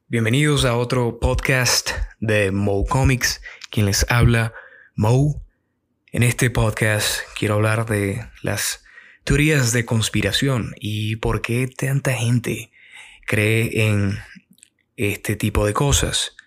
Bienvenidos a otro podcast de Mo Comics. Quien les habla, Mo. En este podcast quiero hablar de las teorías de conspiración y por qué tanta gente cree en este tipo de cosas.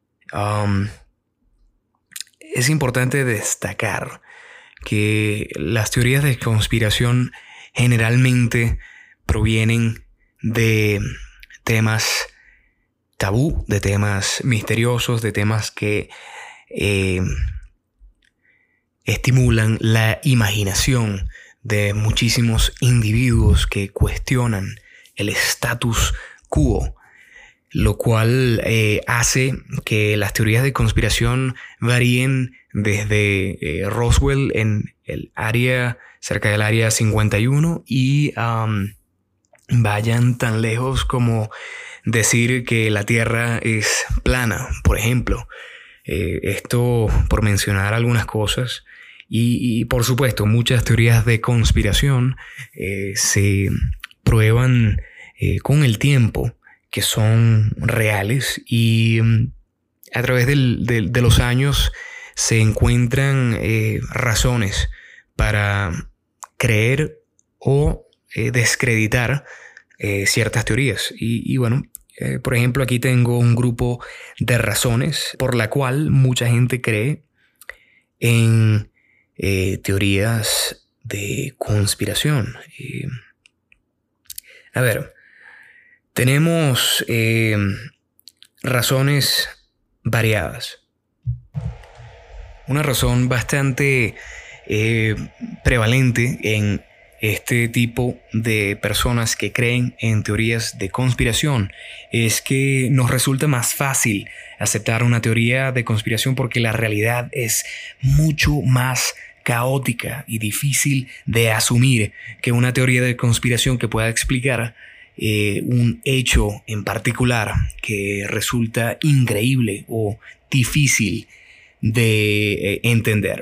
Es importante destacar que las teorías de conspiración generalmente provienen de temas tabú, de temas misteriosos, de temas que estimulan la imaginación de muchísimos individuos que cuestionan el status quo, lo cual hace que las teorías de conspiración varíen desde Roswell en el área, cerca del área 51 y vayan tan lejos como decir que la Tierra es plana, por ejemplo. Esto por mencionar algunas cosas. Y por supuesto, muchas teorías de conspiración se prueban con el tiempo que son reales y a través de los años se encuentran razones para creer o descreditar ciertas teorías. Y bueno, por ejemplo, aquí tengo un grupo de razones por la cual mucha gente cree en teorías de conspiración. A ver, tenemos razones variadas. Una razón bastante prevalente en este tipo de personas que creen en teorías de conspiración es que nos resulta más fácil aceptar una teoría de conspiración porque la realidad es mucho más caótica y difícil de asumir que una teoría de conspiración que pueda explicar un hecho en particular que resulta increíble o difícil de entender.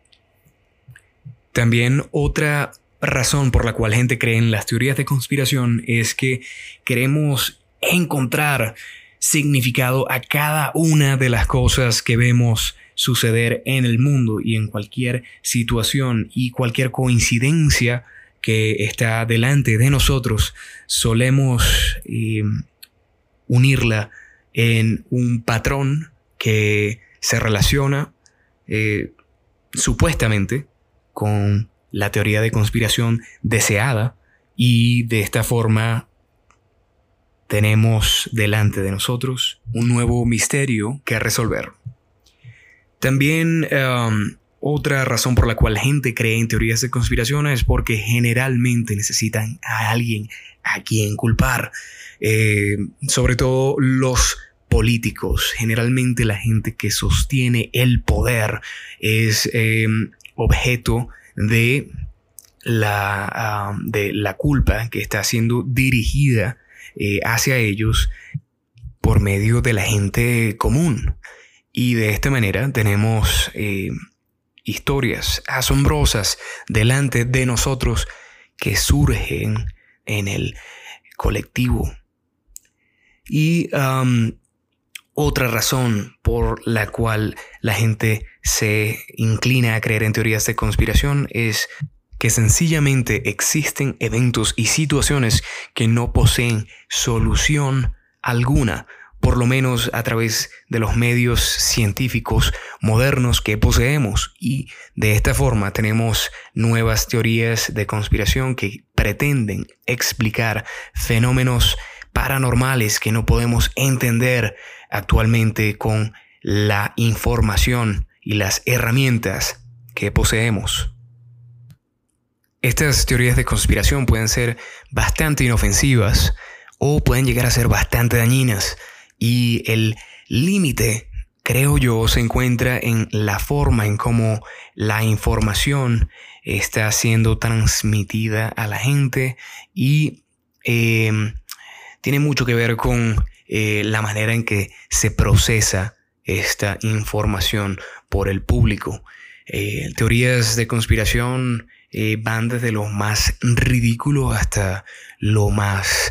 También otra razón por la cual gente cree en las teorías de conspiración es que queremos encontrar significado a cada una de las cosas que vemos suceder en el mundo y en cualquier situación y cualquier coincidencia que está delante de nosotros. Solemos unirla en un patrón que se relaciona supuestamente con la teoría de conspiración deseada, y de esta forma tenemos delante de nosotros un nuevo misterio que resolver. También otra razón por la cual la gente cree en teorías de conspiración es porque generalmente necesitan a alguien a quien culpar, sobre todo los políticos. Generalmente la gente que sostiene el poder es objeto de la culpa que está siendo dirigida hacia ellos por medio de la gente común. Y de esta manera tenemos historias asombrosas delante de nosotros que surgen en el colectivo. Y otra razón por la cual la gente se inclina a creer en teorías de conspiración es que sencillamente existen eventos y situaciones que no poseen solución alguna, por lo menos a través de los medios científicos modernos que poseemos. Y de esta forma tenemos nuevas teorías de conspiración que pretenden explicar fenómenos paranormales que no podemos entender actualmente con la información y las herramientas que poseemos. Estas teorías de conspiración pueden ser bastante inofensivas o pueden llegar a ser bastante dañinas, y el límite, creo yo, se encuentra en la forma en cómo la información está siendo transmitida a la gente, y tiene mucho que ver con la manera en que se procesa esta información por el público. Teorías de conspiración van desde lo más ridículo hasta lo más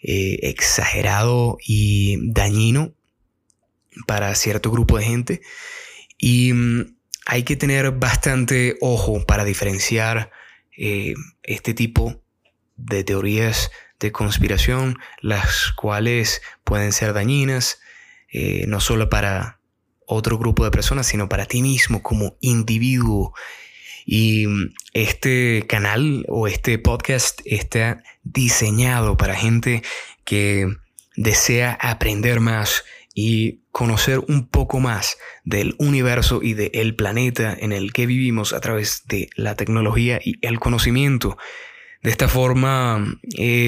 exagerado y dañino para cierto grupo de gente. Y hay que tener bastante ojo para diferenciar este tipo de teorías de conspiración, las cuales pueden ser dañinas, no solo para otro grupo de personas, sino para ti mismo como individuo. Y este canal o este podcast está diseñado para gente que desea aprender más y conocer un poco más del universo y del planeta en el que vivimos a través de la tecnología y el conocimiento. De esta forma,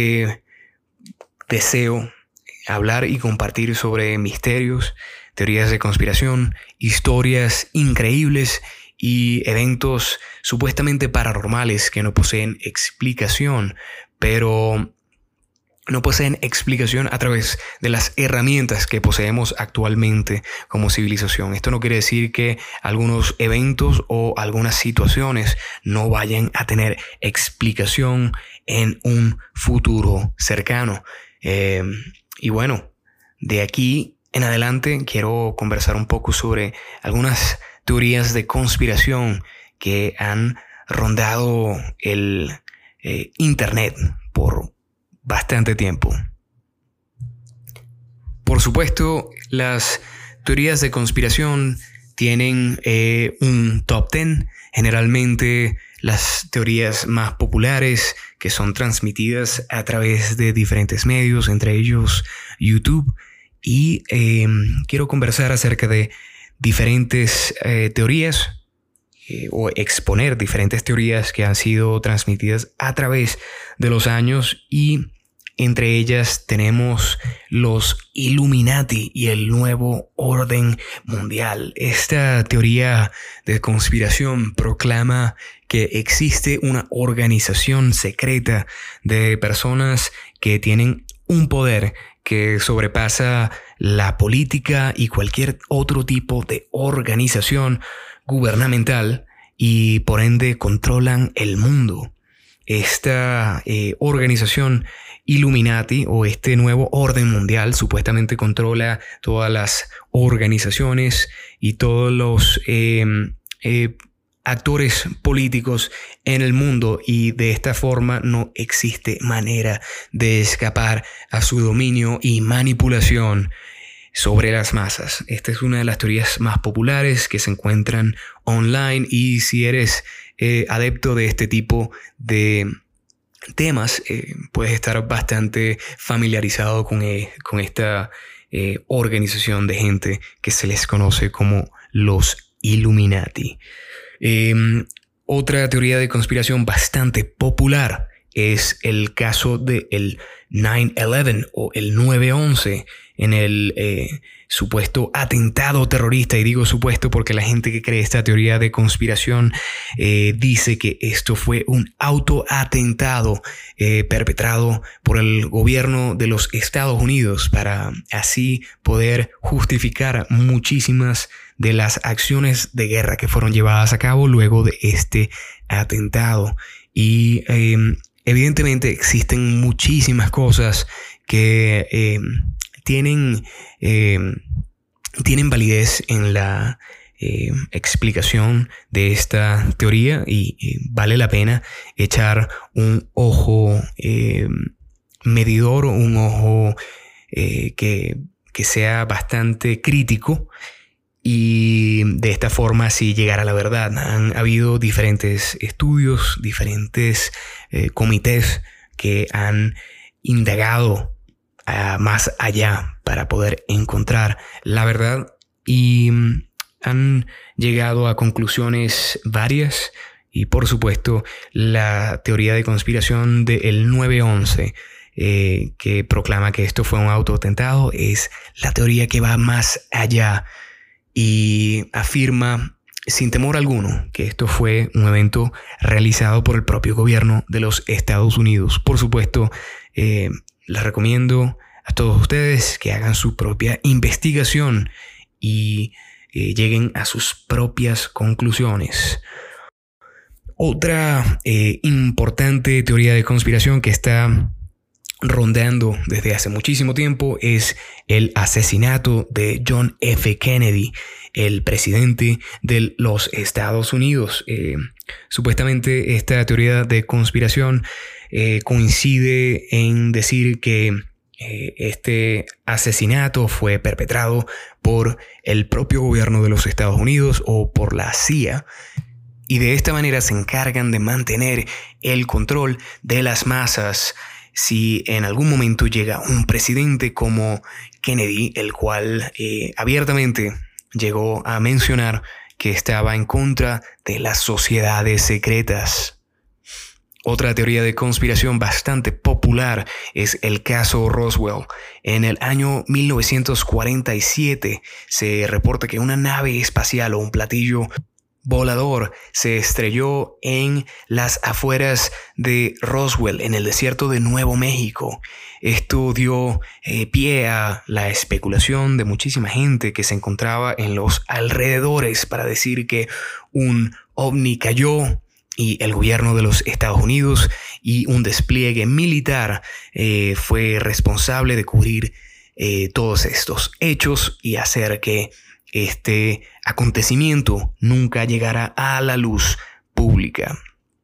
deseo hablar y compartir sobre misterios, teorías de conspiración, historias increíbles y eventos supuestamente paranormales que no poseen explicación, pero no poseen explicación a través de las herramientas que poseemos actualmente como civilización. Esto no quiere decir que algunos eventos o algunas situaciones no vayan a tener explicación en un futuro cercano. Y bueno, de aquí en adelante quiero conversar un poco sobre algunas teorías de conspiración que han rondado el internet por bastante tiempo. Por supuesto, las teorías de conspiración tienen un top 10. Generalmente las teorías más populares que son transmitidas a través de diferentes medios, entre ellos YouTube. Y quiero conversar acerca de diferentes teorías o exponer diferentes teorías que han sido transmitidas a través de los años, y entre ellas tenemos los Illuminati y el nuevo orden mundial. Esta teoría de conspiración proclama que existe una organización secreta de personas que tienen un poder que sobrepasa la política y cualquier otro tipo de organización gubernamental, y por ende controlan el mundo. Esta organización Illuminati o este nuevo orden mundial supuestamente controla todas las organizaciones y todos los actores políticos en el mundo, y de esta forma no existe manera de escapar a su dominio y manipulación sobre las masas. Esta es una de las teorías más populares que se encuentran online, y si eres adepto de este tipo de temas, puedes estar bastante familiarizado con esta organización de gente que se les conoce como los Illuminati. Otra teoría de conspiración bastante popular es el caso del 9/11 o el 9/11, en el supuesto atentado terrorista. Y digo supuesto porque la gente que cree esta teoría de conspiración dice que esto fue un autoatentado perpetrado por el gobierno de los Estados Unidos para así poder justificar muchísimas de las acciones de guerra que fueron llevadas a cabo luego de este atentado. Y evidentemente existen muchísimas cosas que tienen validez en la explicación de esta teoría, y vale la pena echar un ojo medidor, un ojo que sea bastante crítico, y de esta forma sí llegar a la verdad. Han habido diferentes estudios, diferentes comités que han indagado más allá para poder encontrar la verdad, y han llegado a conclusiones varias. Y por supuesto la teoría de conspiración del 9/11 que proclama que esto fue un autoatentado es la teoría que va más allá y afirma sin temor alguno que esto fue un evento realizado por el propio gobierno de los Estados Unidos. Por supuesto, les recomiendo a todos ustedes que hagan su propia investigación y lleguen a sus propias conclusiones. Otra importante teoría de conspiración que está rondando desde hace muchísimo tiempo es el asesinato de John F. Kennedy, el presidente de los Estados Unidos. Supuestamente esta teoría de conspiración coincide en decir que este asesinato fue perpetrado por el propio gobierno de los Estados Unidos o por la CIA. Y de esta manera se encargan de mantener el control de las masas. Si en algún momento llega un presidente como Kennedy, el cual abiertamente llegó a mencionar que estaba en contra de las sociedades secretas. Otra teoría de conspiración bastante popular es el caso Roswell. En el año 1947 se reporta que una nave espacial o un platillo volador se estrelló en las afueras de Roswell, en el desierto de Nuevo México. Esto dio pie a la especulación de muchísima gente que se encontraba en los alrededores para decir que un ovni cayó y el gobierno de los Estados Unidos y un despliegue militar fue responsable de cubrir todos estos hechos y hacer que este acontecimiento nunca llegará a la luz pública.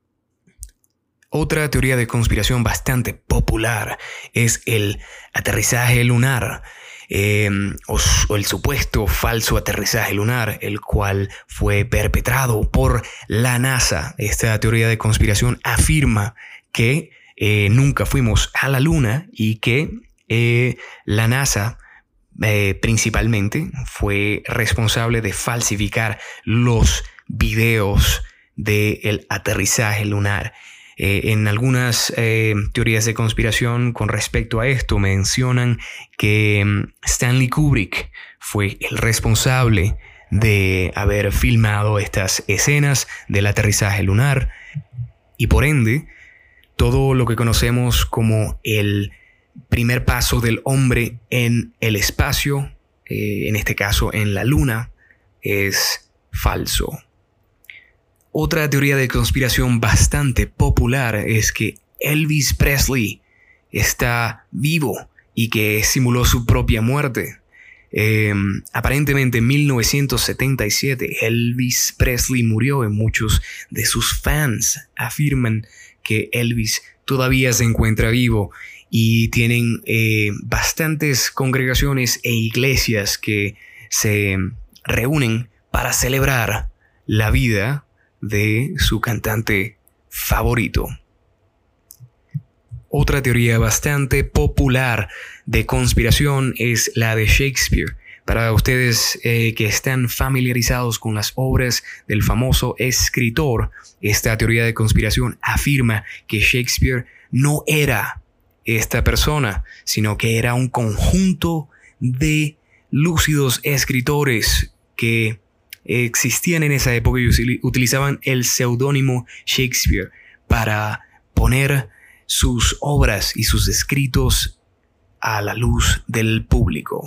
Otra teoría de conspiración bastante popular es el aterrizaje lunar, o el supuesto falso aterrizaje lunar, el cual fue perpetrado por la NASA. Esta teoría de conspiración afirma que nunca fuimos a la luna y que la NASA principalmente fue responsable de falsificar los videos del aterrizaje lunar. En algunas teorías de conspiración con respecto a esto mencionan que Stanley Kubrick fue el responsable de haber filmado estas escenas del aterrizaje lunar y por ende todo lo que conocemos como el primer paso del hombre en el espacio, en este caso en la luna, es falso. Otra teoría de conspiración bastante popular es que Elvis Presley está vivo y que simuló su propia muerte. Aparentemente en 1977 Elvis Presley murió y muchos de sus fans afirman que Elvis todavía se encuentra vivo. Y tienen bastantes congregaciones e iglesias que se reúnen para celebrar la vida de su cantante favorito. Otra teoría bastante popular de conspiración es la de Shakespeare. Para ustedes que están familiarizados con las obras del famoso escritor, esta teoría de conspiración afirma que Shakespeare no era esta persona, sino que era un conjunto de lúcidos escritores que existían en esa época y utilizaban el seudónimo Shakespeare para poner sus obras y sus escritos a la luz del público.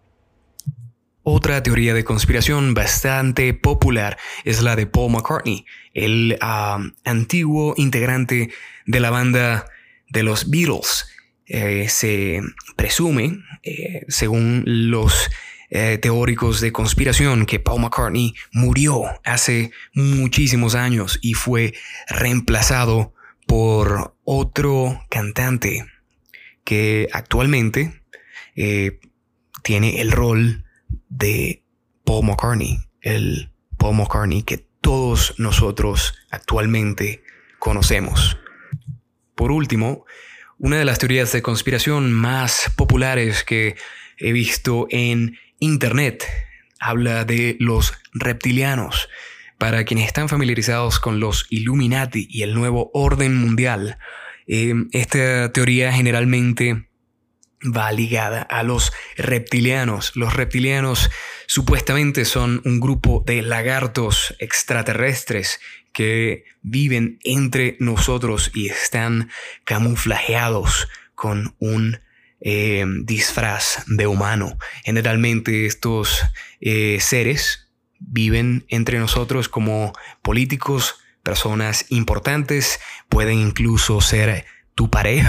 Otra teoría de conspiración bastante popular es la de Paul McCartney, el antiguo integrante de la banda de los Beatles. Se presume, según los teóricos de conspiración, que Paul McCartney murió hace muchísimos años y fue reemplazado por otro cantante que actualmente tiene el rol de Paul McCartney, el Paul McCartney que todos nosotros actualmente conocemos. Por último, una de las teorías de conspiración más populares que he visto en internet habla de los reptilianos. Para quienes están familiarizados con los Illuminati y el nuevo orden mundial, esta teoría generalmente va ligada a los reptilianos. Los reptilianos supuestamente son un grupo de lagartos extraterrestres que viven entre nosotros y están camuflajeados con un disfraz de humano. Generalmente estos seres viven entre nosotros como políticos, personas importantes, pueden incluso ser tu pareja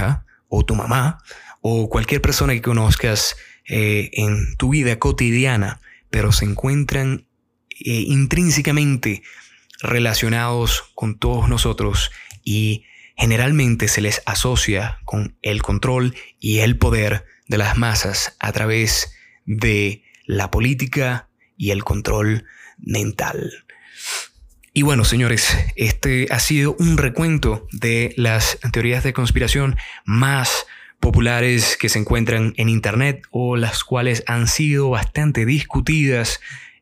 o tu mamá o cualquier persona que conozcas en tu vida cotidiana, pero se encuentran intrínsecamente relacionados con todos nosotros y generalmente se les asocia con el control y el poder de las masas a través de la política y el control mental. Y bueno, señores, este ha sido un recuento de las teorías de conspiración más populares que se encuentran en internet o las cuales han sido bastante discutidas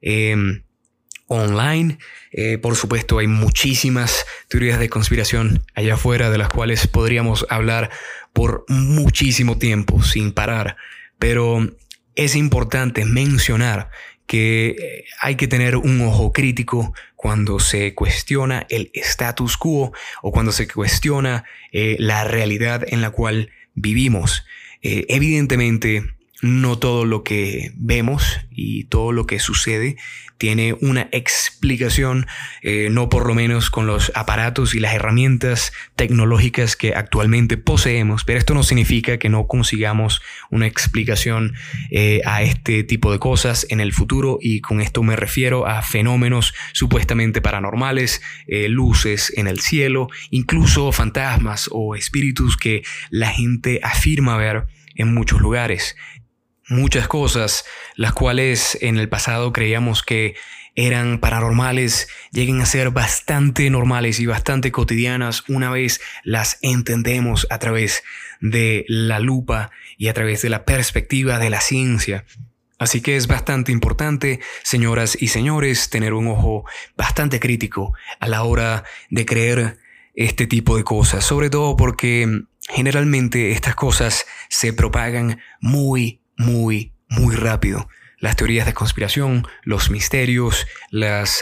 online. Por supuesto, hay muchísimas teorías de conspiración allá afuera de las cuales podríamos hablar por muchísimo tiempo sin parar, pero es importante mencionar que hay que tener un ojo crítico cuando se cuestiona el status quo o cuando se cuestiona la realidad en la cual vivimos. Evidentemente, no todo lo que vemos y todo lo que sucede tiene una explicación, no por lo menos con los aparatos y las herramientas tecnológicas que actualmente poseemos, pero esto no significa que no consigamos una explicación a este tipo de cosas en el futuro, y con esto me refiero a fenómenos supuestamente paranormales, luces en el cielo, incluso fantasmas o espíritus que la gente afirma ver en muchos lugares. Muchas cosas, las cuales en el pasado creíamos que eran paranormales, llegan a ser bastante normales y bastante cotidianas una vez las entendemos a través de la lupa y a través de la perspectiva de la ciencia. Así que es bastante importante, señoras y señores, tener un ojo bastante crítico a la hora de creer este tipo de cosas, sobre todo porque generalmente estas cosas se propagan muy rápido. Las teorías de conspiración, los misterios, los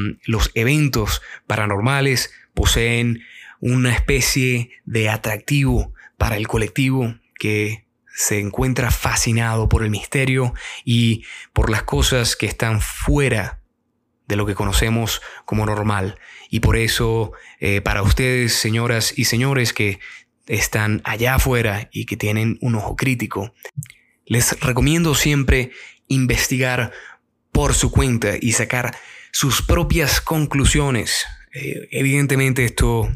eventos paranormales poseen una especie de atractivo para el colectivo que se encuentra fascinado por el misterio y por las cosas que están fuera de lo que conocemos como normal. Y por eso, para ustedes, señoras y señores que están allá afuera y que tienen un ojo crítico, les recomiendo siempre investigar por su cuenta y sacar sus propias conclusiones. Evidentemente esto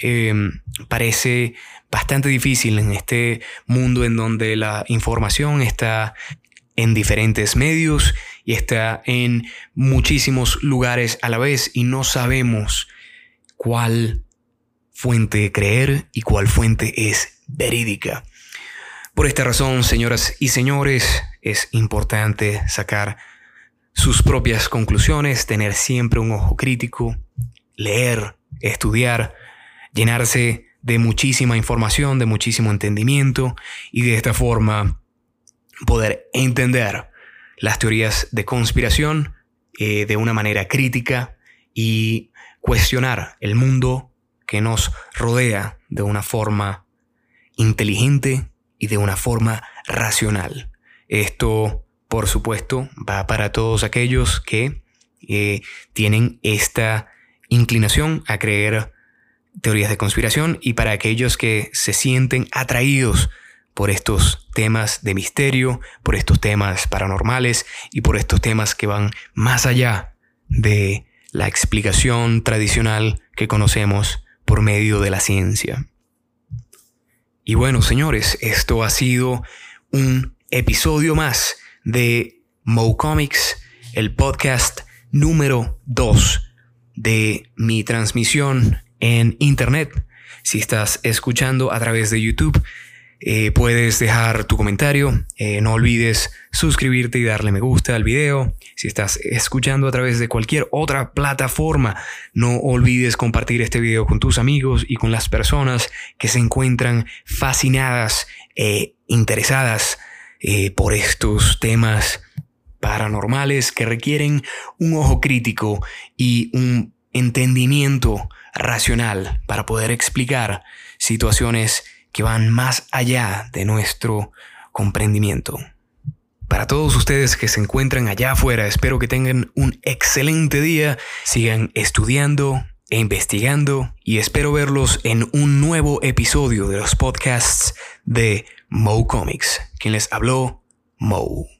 parece bastante difícil en este mundo en donde la información está en diferentes medios y está en muchísimos lugares a la vez y no sabemos cuál fuente creer y cuál fuente es verídica. Por esta razón, señoras y señores, es importante sacar sus propias conclusiones, tener siempre un ojo crítico, leer, estudiar, llenarse de muchísima información, de muchísimo entendimiento y de esta forma poder entender las teorías de conspiración de una manera crítica y cuestionar el mundo que nos rodea de una forma inteligente y de una forma racional. Esto, por supuesto, va para todos aquellos que tienen esta inclinación a creer teorías de conspiración y para aquellos que se sienten atraídos por estos temas de misterio, por estos temas paranormales y por estos temas que van más allá de la explicación tradicional que conocemos por medio de la ciencia. Y bueno, señores, esto ha sido un episodio más de Mo Comics, el podcast número 2 de mi transmisión en internet. Si estás escuchando a través de YouTube, puedes dejar tu comentario. No olvides suscribirte y darle me gusta al video. Si estás escuchando a través de cualquier otra plataforma, no olvides compartir este video con tus amigos y con las personas que se encuentran fascinadas e interesadas por estos temas paranormales que requieren un ojo crítico y un entendimiento racional para poder explicar situaciones que van más allá de nuestro comprendimiento. Para todos ustedes que se encuentran allá afuera, espero que tengan un excelente día, sigan estudiando, e investigando, y espero verlos en un nuevo episodio de los podcasts de Mo Comics. Quien les habló, Mo.